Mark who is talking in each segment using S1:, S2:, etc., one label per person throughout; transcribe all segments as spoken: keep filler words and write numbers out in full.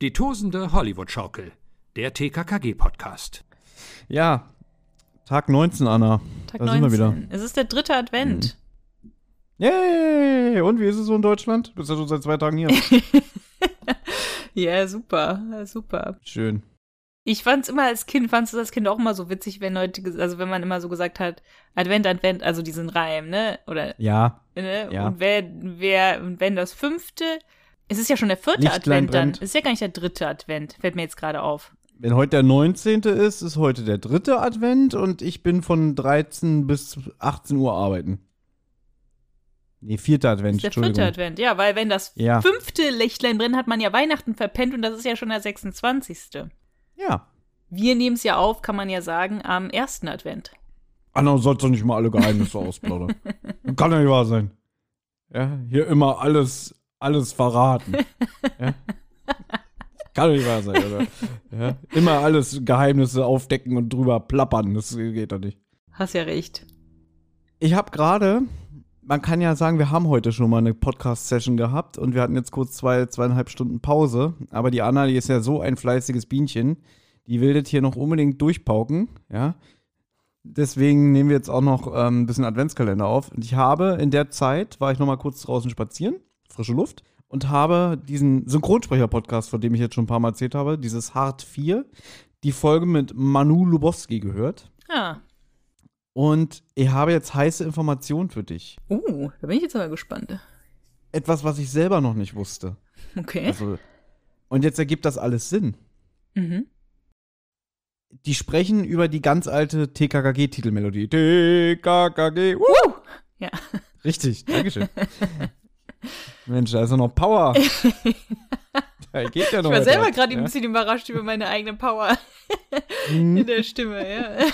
S1: Die tosende Hollywood-Schaukel, der T K K G-Podcast.
S2: Ja, Tag neunzehn, Anna.
S3: Tag
S2: da sind wir wieder.
S3: Es ist der dritte Advent.
S2: Mhm. Yay! Und wie ist es so in Deutschland? Bist ja schon seit zwei Tagen hier.
S3: Ja, super, super.
S2: Schön.
S3: Ich fand's immer als Kind, fandst du das Kind auch immer so witzig, wenn Leute, also wenn man immer so gesagt hat, Advent, Advent, also diesen Reim, ne? Oder,
S2: Ja.
S3: ne?
S2: Ja.
S3: Und wer, wer, und wenn das fünfte, es ist ja schon der vierte
S2: Lichtlein
S3: Advent dann.
S2: brennt.
S3: Es ist ja gar nicht der dritte Advent, fällt mir jetzt gerade auf.
S2: Wenn heute der neunzehnte ist, ist heute der dritte Advent und ich bin von dreizehn bis achtzehn Uhr arbeiten. Nee, vierter Advent,
S3: Das ist der
S2: Entschuldigung.
S3: vierte Advent, ja, weil wenn das
S2: Ja.
S3: fünfte Lichtlein brennt, hat man ja Weihnachten verpennt und das ist ja schon der sechsundzwanzigste
S2: Ja.
S3: Wir nehmen es ja auf, kann man ja sagen, am ersten Advent.
S2: Anna, sollst du nicht mal alle Geheimnisse ausplaudern. Kann ja nicht wahr sein. Ja, hier immer alles, alles verraten. Ja? Kann doch nicht wahr sein, oder? Ja? Immer alles Geheimnisse aufdecken und drüber plappern, das geht doch nicht.
S3: Hast ja recht.
S2: Ich habe gerade, man kann ja sagen, wir haben heute schon mal eine Podcast-Session gehabt und wir hatten jetzt kurz zwei, zweieinhalb Stunden Pause, aber die Anna, die ist ja so ein fleißiges Bienchen, die will das hier noch unbedingt durchpauken, ja. Deswegen nehmen wir jetzt auch noch ähm, ein bisschen Adventskalender auf. Und ich habe in der Zeit, war ich noch mal kurz draußen spazieren, frische Luft, und habe diesen Synchronsprecher-Podcast, von dem ich jetzt schon ein paar Mal erzählt habe, dieses Hart vier, die Folge mit Manu Lubowski gehört.
S3: Ah.
S2: Und ich habe jetzt heiße Informationen für dich.
S3: Uh, da bin ich jetzt aber gespannt.
S2: Etwas, was ich selber noch nicht wusste.
S3: Okay.
S2: Also, und jetzt ergibt das alles Sinn.
S3: Mhm.
S2: Die sprechen über die ganz alte T K K G-Titelmelodie. T K K G, uh!
S3: Ja.
S2: Richtig, Dankeschön. Mensch, da ist ja noch Power. Da geht ja noch
S3: Ich war selber
S2: etwas,
S3: gerade
S2: ja?
S3: ein bisschen überrascht über meine eigene Power
S2: Mhm.
S3: in der Stimme, ja.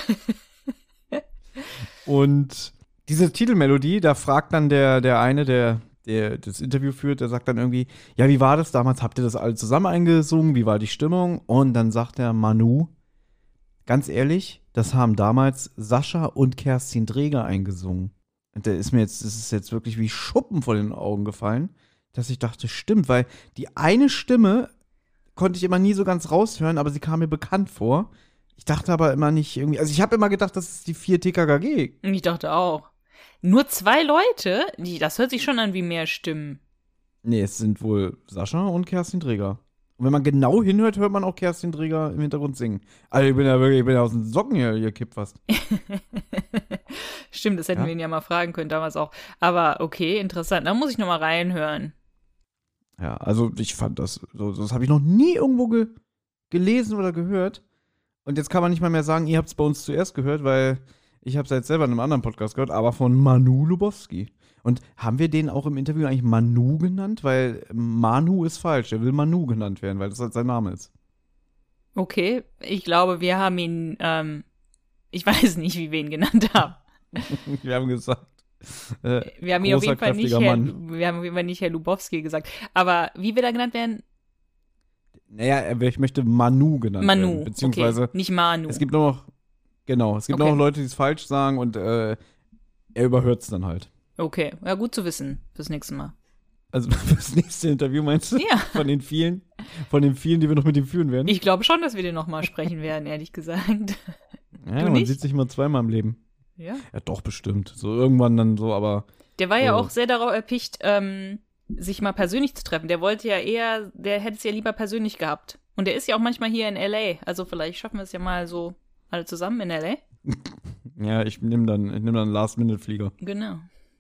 S2: Und diese Titelmelodie, da fragt dann der, der eine, der, der das Interview führt, der sagt dann irgendwie, ja, wie war das damals? Habt ihr das alle zusammen eingesungen? Wie war die Stimmung? Und dann sagt der Manu, ganz ehrlich, das haben damals Sascha und Kerstin Dräger eingesungen. Und der ist mir jetzt, das ist jetzt wirklich wie Schuppen vor den Augen gefallen, dass ich dachte, stimmt, weil die eine Stimme konnte ich immer nie so ganz raushören, aber sie kam mir bekannt vor. Ich dachte aber immer nicht irgendwie, also ich habe immer gedacht, das ist die vier T K K G.
S3: Ich dachte auch. Nur zwei Leute? Die, das hört sich schon an wie mehr Stimmen.
S2: Nee, es sind wohl Sascha und Kerstin Dräger. Und wenn man genau hinhört, hört man auch Kerstin Dräger im Hintergrund singen. Also ich bin ja wirklich, ich bin ja aus den Socken hier, hier kippt fast.
S3: Stimmt, das hätten
S2: Ja.
S3: wir ihn ja mal fragen können, damals auch. Aber okay, interessant. Da muss ich noch mal reinhören.
S2: Ja, also ich fand das, so, das habe ich noch nie irgendwo ge gelesen oder gehört. Und jetzt kann man nicht mal mehr sagen, ihr habt es bei uns zuerst gehört, weil ich habe es jetzt selber in einem anderen Podcast gehört, aber von Manu Lubowski. Und haben wir den auch im Interview eigentlich Manu genannt? Weil Manu ist falsch, er will Manu genannt werden, weil das halt sein Name ist.
S3: Okay, ich glaube, wir haben ihn, ähm, ich weiß nicht, wie wir ihn genannt haben.
S2: Wir haben gesagt, äh,
S3: Wir haben ihn auf
S2: großer,
S3: jeden Fall nicht
S2: kräftiger
S3: Herr,
S2: Mann.
S3: wir haben auf jeden Fall nicht Herr Lubowski gesagt. Aber wie wir da genannt werden?
S2: Naja, er- ich möchte Manu genannt werden.
S3: Manu,
S2: Beziehungsweise,
S3: okay, nicht Manu.
S2: es gibt nur noch, genau, es gibt
S3: Okay.
S2: nur noch Leute, die es falsch sagen und äh, er überhört es dann halt.
S3: Okay, ja, gut zu wissen fürs nächste Mal.
S2: Also fürs nächste Interview meinst du?
S3: Ja.
S2: Von den vielen, von den vielen, die wir noch mit ihm führen werden?
S3: Ich glaube schon, dass wir den noch mal sprechen werden, ehrlich gesagt.
S2: ja,
S3: du
S2: man
S3: nicht?
S2: sieht sich immer zweimal im Leben.
S3: Ja.
S2: Ja, doch, bestimmt. So irgendwann dann so, aber
S3: Der war ja
S2: Oh.
S3: auch sehr darauf erpicht, ähm, sich mal persönlich zu treffen. Der wollte ja eher, der hätte es ja lieber persönlich gehabt. Und der ist ja auch manchmal hier in L A. Also vielleicht schaffen wir es ja mal so alle zusammen in L A.
S2: ja, ich nehme dann, ich nehm dann einen Last-Minute-Flieger.
S3: Genau.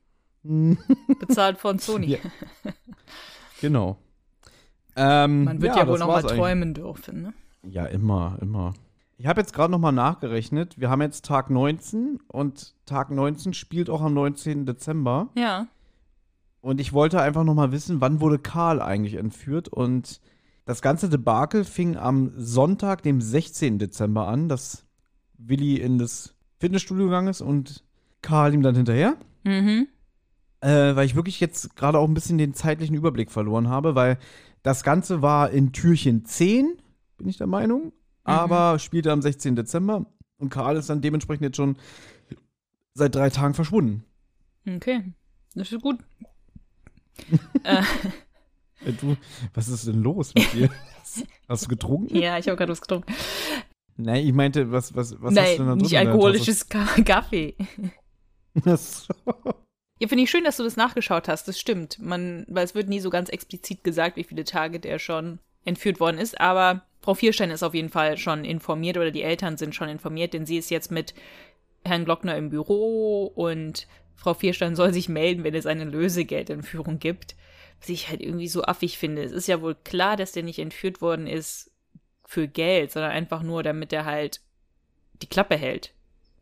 S3: Bezahlt von Sony.
S2: Ja. Genau. Ähm,
S3: Man wird ja, wohl
S2: das
S3: noch mal
S2: war's eigentlich.
S3: träumen dürfen, ne?
S2: Ja, immer, immer. Ich habe jetzt gerade noch mal nachgerechnet. Wir haben jetzt Tag neunzehn und Tag neunzehn spielt auch am neunzehnten Dezember.
S3: Ja.
S2: Und ich wollte einfach noch mal wissen, wann wurde Karl eigentlich entführt? Und das ganze Debakel fing am Sonntag, dem sechzehnten Dezember an, dass Willi in das Fitnessstudio gegangen ist und Karl ihm dann hinterher.
S3: Mhm.
S2: Äh, weil ich wirklich jetzt gerade auch ein bisschen den zeitlichen Überblick verloren habe, weil das Ganze war in Türchen zehn, bin ich der Meinung, aber spielte am sechzehnten Dezember und Karl ist dann dementsprechend jetzt schon seit drei Tagen verschwunden.
S3: Okay. Das ist gut. äh,
S2: Äh, Du, was ist denn los mit dir? Hast du getrunken?
S3: Ja, ich habe gerade was getrunken.
S2: Nein, ich meinte, was, was, was
S3: Nein,
S2: hast du denn da drin?
S3: nicht alkoholisches Ka- Kaffee.
S2: Ach so.
S3: Ja, finde ich schön, dass du das nachgeschaut hast. Das stimmt. Man, weil es wird nie so ganz explizit gesagt, wie viele Tage der schon entführt worden ist. Aber Frau Vierstein ist auf jeden Fall schon informiert oder die Eltern sind schon informiert, denn sie ist jetzt mit Herrn Glockner im Büro und Frau Vierstein soll sich melden, wenn es eine Lösegeldentführung gibt. Was ich halt irgendwie so affig finde. Es ist ja wohl klar, dass der nicht entführt worden ist für Geld, sondern einfach nur, damit er halt die Klappe hält.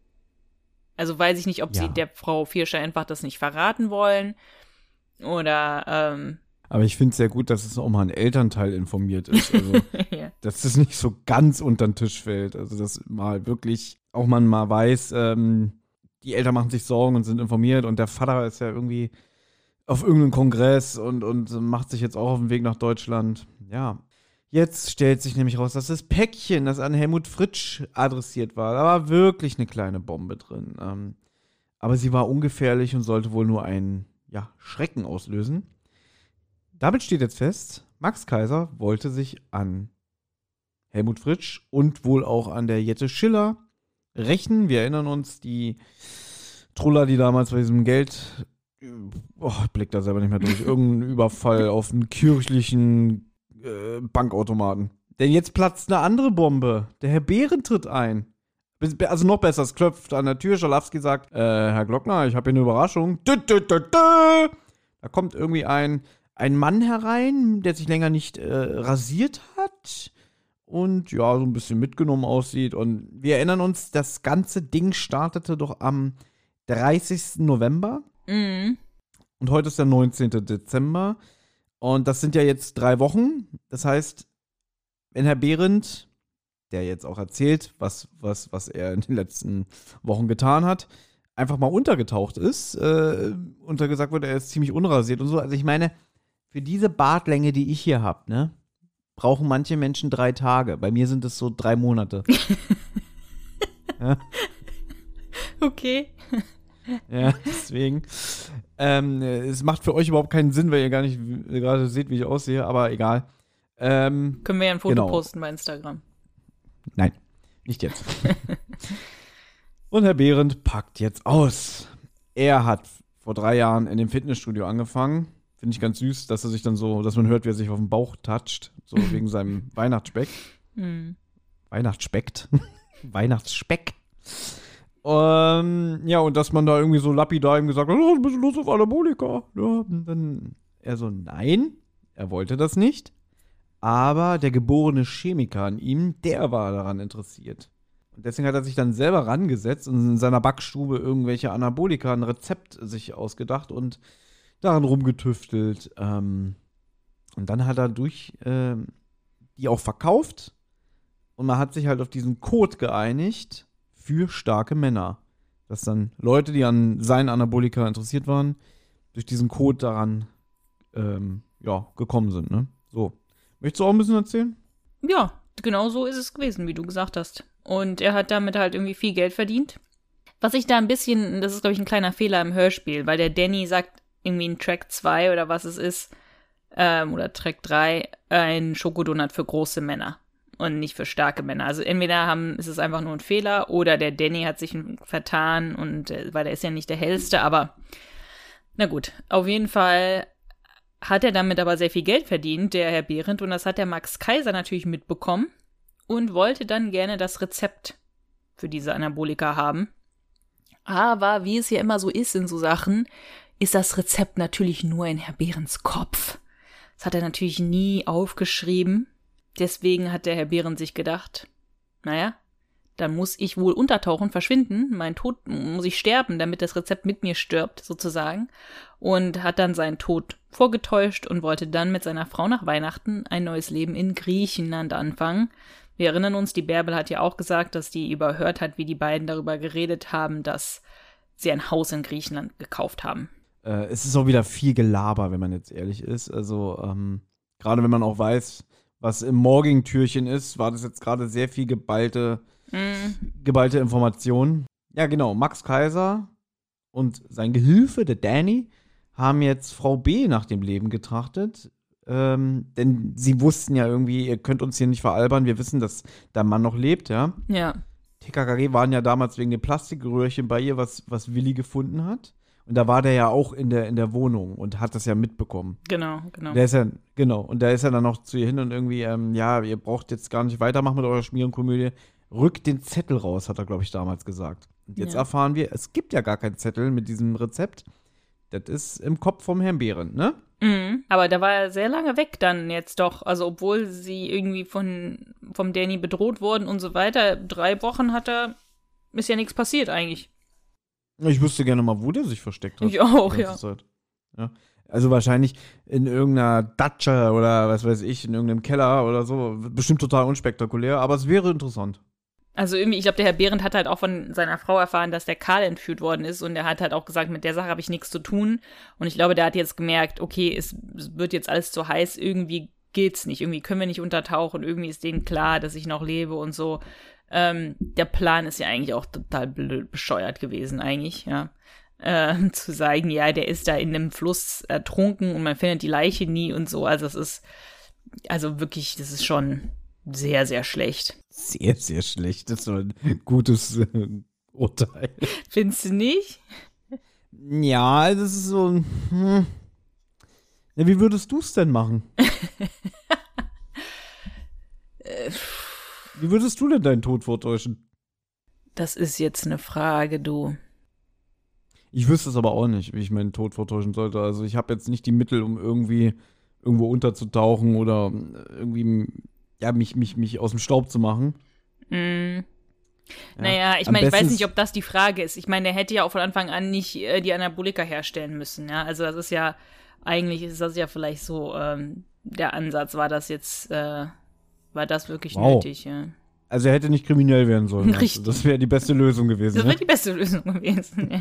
S3: Also weiß ich nicht, ob
S2: Ja.
S3: sie der Frau Vierstein einfach das nicht verraten wollen oder ähm,
S2: Aber ich finde es sehr gut, dass es auch mal ein Elternteil informiert ist. Also,
S3: ja.
S2: dass das nicht so ganz unter den Tisch fällt. Also, dass mal wirklich auch man mal weiß, ähm, die Eltern machen sich Sorgen und sind informiert und der Vater ist ja irgendwie auf irgendeinem Kongress und, und macht sich jetzt auch auf den Weg nach Deutschland. Ja. Jetzt stellt sich nämlich raus, dass das Päckchen, das an Helmut Fritsch adressiert war, da war wirklich eine kleine Bombe drin. Ähm, aber sie war ungefährlich und sollte wohl nur einen ja, Schrecken auslösen. Damit steht jetzt fest, Max Kaiser wollte sich an Helmut Fritsch und wohl auch an der Jette Schiller rächen. Wir erinnern uns, die Truller, die damals bei diesem Geld, oh, ich blick da selber nicht mehr durch, irgendein Überfall auf einen kirchlichen äh, Bankautomaten. Denn jetzt platzt eine andere Bombe. Der Herr Behren tritt ein. Also noch besser, es klopft an der Tür. Schalafsky sagt, äh, Herr Glockner, ich habe hier eine Überraschung. Dü, dü, dü, dü. Da kommt irgendwie ein, ein Mann herein, der sich länger nicht äh, rasiert hat und ja, so ein bisschen mitgenommen aussieht. Und wir erinnern uns, das ganze Ding startete doch am dreißigsten November.
S3: Mhm.
S2: Und heute ist der neunzehnten Dezember. Und das sind ja jetzt drei Wochen. Das heißt, wenn Herr Behrendt, der jetzt auch erzählt, was, was, was er in den letzten Wochen getan hat, einfach mal untergetaucht ist äh, und da gesagt wird, er ist ziemlich unrasiert und so. Also ich meine, für diese Bartlänge, die ich hier habe, ne, brauchen manche Menschen drei Tage. Bei mir sind es so drei Monate. Ja.
S3: Okay.
S2: Ja, deswegen. Ähm, es macht für euch überhaupt keinen Sinn, weil ihr gar nicht w- gerade seht, wie ich aussehe, aber egal. Ähm,
S3: Können wir ja ein Foto
S2: Genau.
S3: posten bei Instagram.
S2: nein, nicht jetzt. Und Herr Behrendt packt jetzt aus. Er hat vor drei Jahren in dem Fitnessstudio angefangen. Finde ich ganz süß, dass er sich dann so, dass man hört, wie er sich auf den Bauch toucht. So wegen seinem Weihnachtsspeck.
S3: Mhm.
S2: Weihnachtsspeck. Weihnachtsspeck. Ähm, ja, und dass man da irgendwie so lapidar ihm gesagt hat, oh, ein bisschen Lust auf Anabolika. Ja, und dann er so, nein, er wollte das nicht. Aber der geborene Chemiker an ihm, der war daran interessiert. Und deswegen hat er sich dann selber rangesetzt und in seiner Backstube irgendwelche Anabolika, ein Rezept sich ausgedacht und daran rumgetüftelt. Ähm, und dann hat er durch ähm, die auch verkauft. Und man hat sich halt auf diesen Code geeinigt für starke Männer. Dass dann Leute, die an seinen Anabolika interessiert waren, durch diesen Code daran ähm, ja, gekommen sind. Ne? So. Möchtest du auch ein bisschen erzählen?
S3: Ja, genau so ist es gewesen, wie du gesagt hast. Und er hat damit halt irgendwie viel Geld verdient. Was ich da ein bisschen, das ist glaube ich ein kleiner Fehler im Hörspiel, weil der Danny sagt irgendwie in Track zwei oder was es ist, ähm, oder Track drei, ein Schokodonut für große Männer und nicht für starke Männer. Also entweder haben, ist es einfach nur ein Fehler oder der Danny hat sich vertan und, äh, weil der ist ja nicht der hellste, aber na gut, auf jeden Fall hat er damit aber sehr viel Geld verdient, der Herr Behrendt, und das hat der Max Kaiser natürlich mitbekommen und wollte dann gerne das Rezept für diese Anabolika haben. Aber wie es ja immer so ist in so Sachen, ist das Rezept natürlich nur in Herr Behrens Kopf. Das hat er natürlich nie aufgeschrieben. Deswegen hat der Herr Behrendt sich gedacht, naja, dann muss ich wohl untertauchen, verschwinden, mein Tod, muss ich sterben, damit das Rezept mit mir stirbt, sozusagen. Und hat dann seinen Tod vorgetäuscht und wollte dann mit seiner Frau nach Weihnachten ein neues Leben in Griechenland anfangen. Wir erinnern uns, die Bärbel hat ja auch gesagt, dass die überhört hat, wie die beiden darüber geredet haben, dass sie ein Haus in Griechenland gekauft haben.
S2: Äh, es ist auch wieder viel Gelaber, wenn man jetzt ehrlich ist. Also, ähm, gerade wenn man auch weiß, was im Morging-Türchen ist, war das jetzt gerade sehr viel geballte,
S3: Mm.
S2: geballte Information. Ja, genau. Max Kaiser und sein Gehilfe, der Danny, haben jetzt Frau B. nach dem Leben getrachtet. Ähm, denn sie wussten ja irgendwie, ihr könnt uns hier nicht veralbern, wir wissen, dass der Mann noch lebt, ja.
S3: Ja.
S2: T K K G waren ja damals wegen dem Plastikröhrchen bei ihr, was, was Willi gefunden hat. Und da war der ja auch in der, in der Wohnung und hat das ja mitbekommen.
S3: Genau, genau.
S2: Der ist ja, genau, und da ist er dann noch zu ihr hin und irgendwie, ähm, ja, ihr braucht jetzt gar nicht weitermachen mit eurer Schmierenkomödie. Rückt den Zettel raus, hat er, glaube ich, damals gesagt. Und jetzt
S3: Ja.
S2: erfahren wir, es gibt ja gar keinen Zettel mit diesem Rezept. Das ist im Kopf vom Herrn Behrendt, ne?
S3: Mhm. Aber da war er sehr lange weg dann jetzt doch. Also obwohl sie irgendwie von vom Danny bedroht wurden und so weiter. Drei Wochen hat er, ist ja nichts passiert eigentlich.
S2: Ich wüsste gerne mal, wo der sich versteckt hat.
S3: Ich auch,
S2: die
S3: ja.
S2: ganze Zeit. Ja. Also wahrscheinlich in irgendeiner Datscha oder was weiß ich, in irgendeinem Keller oder so. Bestimmt total unspektakulär, aber es wäre interessant.
S3: Also irgendwie, ich glaube, der Herr Behrendt hat halt auch von seiner Frau erfahren, dass der Karl entführt worden ist und er hat halt auch gesagt, mit der Sache habe ich nichts zu tun. Und ich glaube, der hat jetzt gemerkt, okay, es, es wird jetzt alles zu heiß, irgendwie geht's nicht, irgendwie können wir nicht untertauchen, irgendwie ist denen klar, dass ich noch lebe und so. Ähm, der Plan ist ja eigentlich auch total blöd, bescheuert gewesen eigentlich, ja. Ähm, zu sagen, ja, der ist da in einem Fluss ertrunken und man findet die Leiche nie und so. Also es ist, also wirklich, das ist schon sehr, sehr schlecht.
S2: Sehr, sehr schlecht. Das ist so ein gutes äh, Urteil.
S3: Findest du nicht?
S2: Ja, das ist so ein. Hm. Ja, wie würdest du es denn machen? Wie würdest du denn deinen Tod vortäuschen?
S3: Das ist jetzt eine Frage, du.
S2: Ich wüsste es aber auch nicht, wie ich meinen Tod vortäuschen sollte. Also ich habe jetzt nicht die Mittel, um irgendwie irgendwo unterzutauchen oder irgendwie ja, mich, mich, mich aus dem Staub zu machen.
S3: Mm.
S2: Ja.
S3: Naja, ich
S2: Am
S3: meine, ich weiß
S2: besten-
S3: nicht, ob das die Frage ist. Ich meine, der hätte ja auch von Anfang an nicht äh, die Anabolika herstellen müssen, ja. Also das ist ja, eigentlich ist das ja vielleicht so, ähm, der Ansatz, war das jetzt, äh, war das wirklich
S2: Wow.
S3: nötig, ja.
S2: Also er hätte nicht kriminell werden sollen. Also
S3: Richtig.
S2: das wäre die beste Lösung gewesen.
S3: Das
S2: Ne?
S3: wäre die beste Lösung gewesen.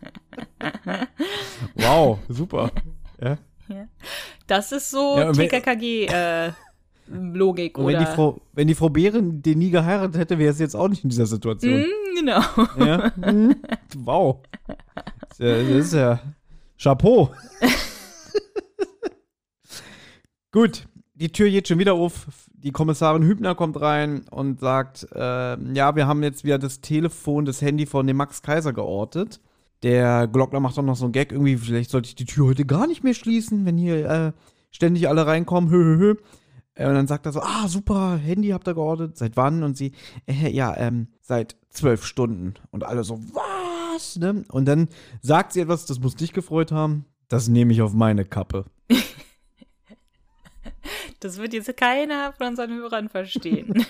S2: Wow, super. Ja.
S3: Ja. Das ist so
S2: Ja, und wenn-
S3: T K K G-Logik,
S2: Und
S3: oder?
S2: wenn die Frau, wenn die Frau Behren den nie geheiratet hätte, wäre es jetzt auch nicht in dieser Situation.
S3: Mm, genau.
S2: Ja. Mhm. Wow. Das ist ja, das ist ja Chapeau. Gut, die Tür geht schon wieder auf. Die Kommissarin Hübner kommt rein und sagt, äh, ja, wir haben jetzt wieder das Telefon, das Handy von dem Max Kaiser geortet. Der Glockner macht doch noch so einen Gag, irgendwie, vielleicht sollte ich die Tür heute gar nicht mehr schließen, wenn hier äh, ständig alle reinkommen. Hö, hö, hö. Äh, und dann sagt er so, ah, super, Handy habt ihr geortet. Seit wann? Und sie, äh, ja, ähm, seit zwölf Stunden. Und alle so, was? Ne? Und dann sagt sie etwas, das muss dich gefreut haben. Das nehme ich auf meine Kappe.
S3: Das wird jetzt keiner von unseren Hörern verstehen.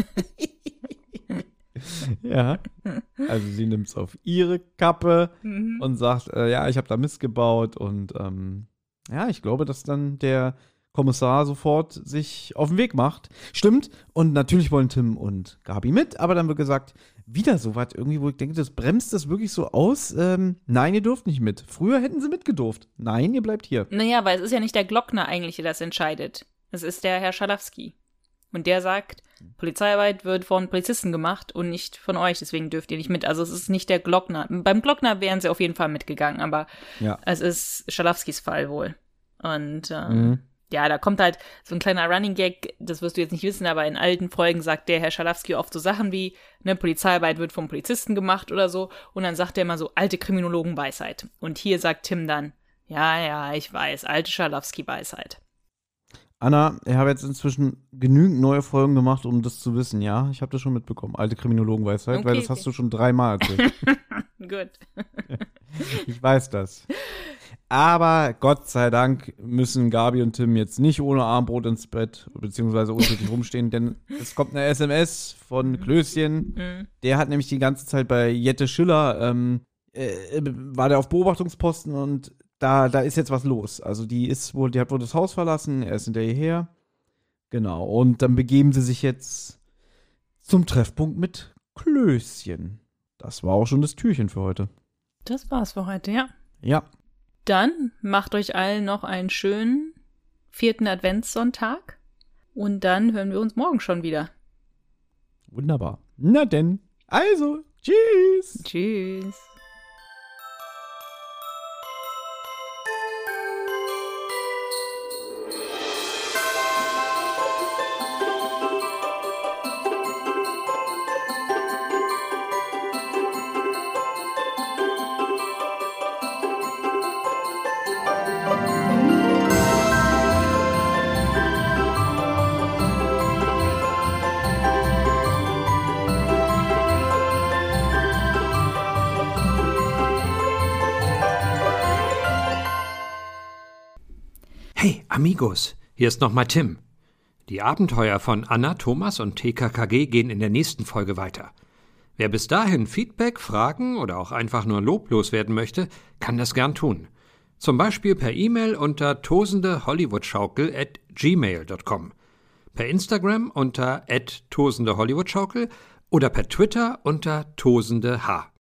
S2: Ja. Also sie nimmt es auf ihre Kappe
S3: Mhm.
S2: und sagt, äh, ja, ich habe da Mist gebaut. Und ähm, ja, ich glaube, dass dann der Kommissar sofort sich auf den Weg macht. Stimmt. Und natürlich wollen Tim und Gabi mit, aber dann wird gesagt, wieder so was irgendwie, wo ich denke, das bremst das wirklich so aus. Ähm, nein, ihr dürft nicht mit. Früher hätten sie mitgedurft. Nein, ihr bleibt hier.
S3: Naja, weil es ist ja nicht der Glockner eigentlich, der das entscheidet. Es ist der Herr Schalowski. Und der sagt, Polizeiarbeit wird von Polizisten gemacht und nicht von euch, deswegen dürft ihr nicht mit. Also es ist nicht der Glockner. Beim Glockner wären sie auf jeden Fall mitgegangen, aber
S2: Ja.
S3: es ist Schalowskis Fall wohl. Und ähm,
S2: Mhm.
S3: ja, da kommt halt so ein kleiner Running Gag, das wirst du jetzt nicht wissen, aber in alten Folgen sagt der Herr Schalowski oft so Sachen wie, ne, Polizeiarbeit wird vom Polizisten gemacht oder so. Und dann sagt er immer so, alte Kriminologen-Weisheit. Und hier sagt Tim dann, ja, ja, ich weiß, alte Schalowski-Weisheit.
S2: Anna, ich habe jetzt inzwischen genügend neue Folgen gemacht, um das zu wissen, ja? Ich habe das schon mitbekommen. Alte Kriminologenweisheit, weil
S3: Okay,
S2: das
S3: okay.
S2: hast du schon dreimal erzählt.
S3: Gut.
S2: Ich weiß das. Aber Gott sei Dank müssen Gabi und Tim jetzt nicht ohne Armbrot ins Bett, beziehungsweise untätig rumstehen, denn es kommt eine S M S von Klößchen.
S3: Mhm.
S2: Der hat nämlich die ganze Zeit bei Jette Schiller, ähm, äh, war der auf Beobachtungsposten und da, da ist jetzt was los. Also die ist wohl, die hat wohl das Haus verlassen, er ist hinter ihr her. Genau. Und dann begeben sie sich jetzt zum Treffpunkt mit Klößchen. Das war auch schon das Türchen für heute.
S3: Das war's für heute, ja.
S2: Ja.
S3: Dann macht euch allen noch einen schönen vierten Adventssonntag. Und dann hören wir uns morgen schon wieder.
S2: Wunderbar. Na denn. Also, tschüss.
S3: Tschüss.
S1: Hey, Amigos, hier ist nochmal Tim. Die Abenteuer von Anna, Thomas und T K K G gehen in der nächsten Folge weiter. Wer bis dahin Feedback, Fragen oder auch einfach nur loblos werden möchte, kann das gern tun. Zum Beispiel per E-Mail unter tosendehollywoodschaukel at gmail dot com, per Instagram unter at tosendehollywoodschaukel oder per Twitter unter tosendeh.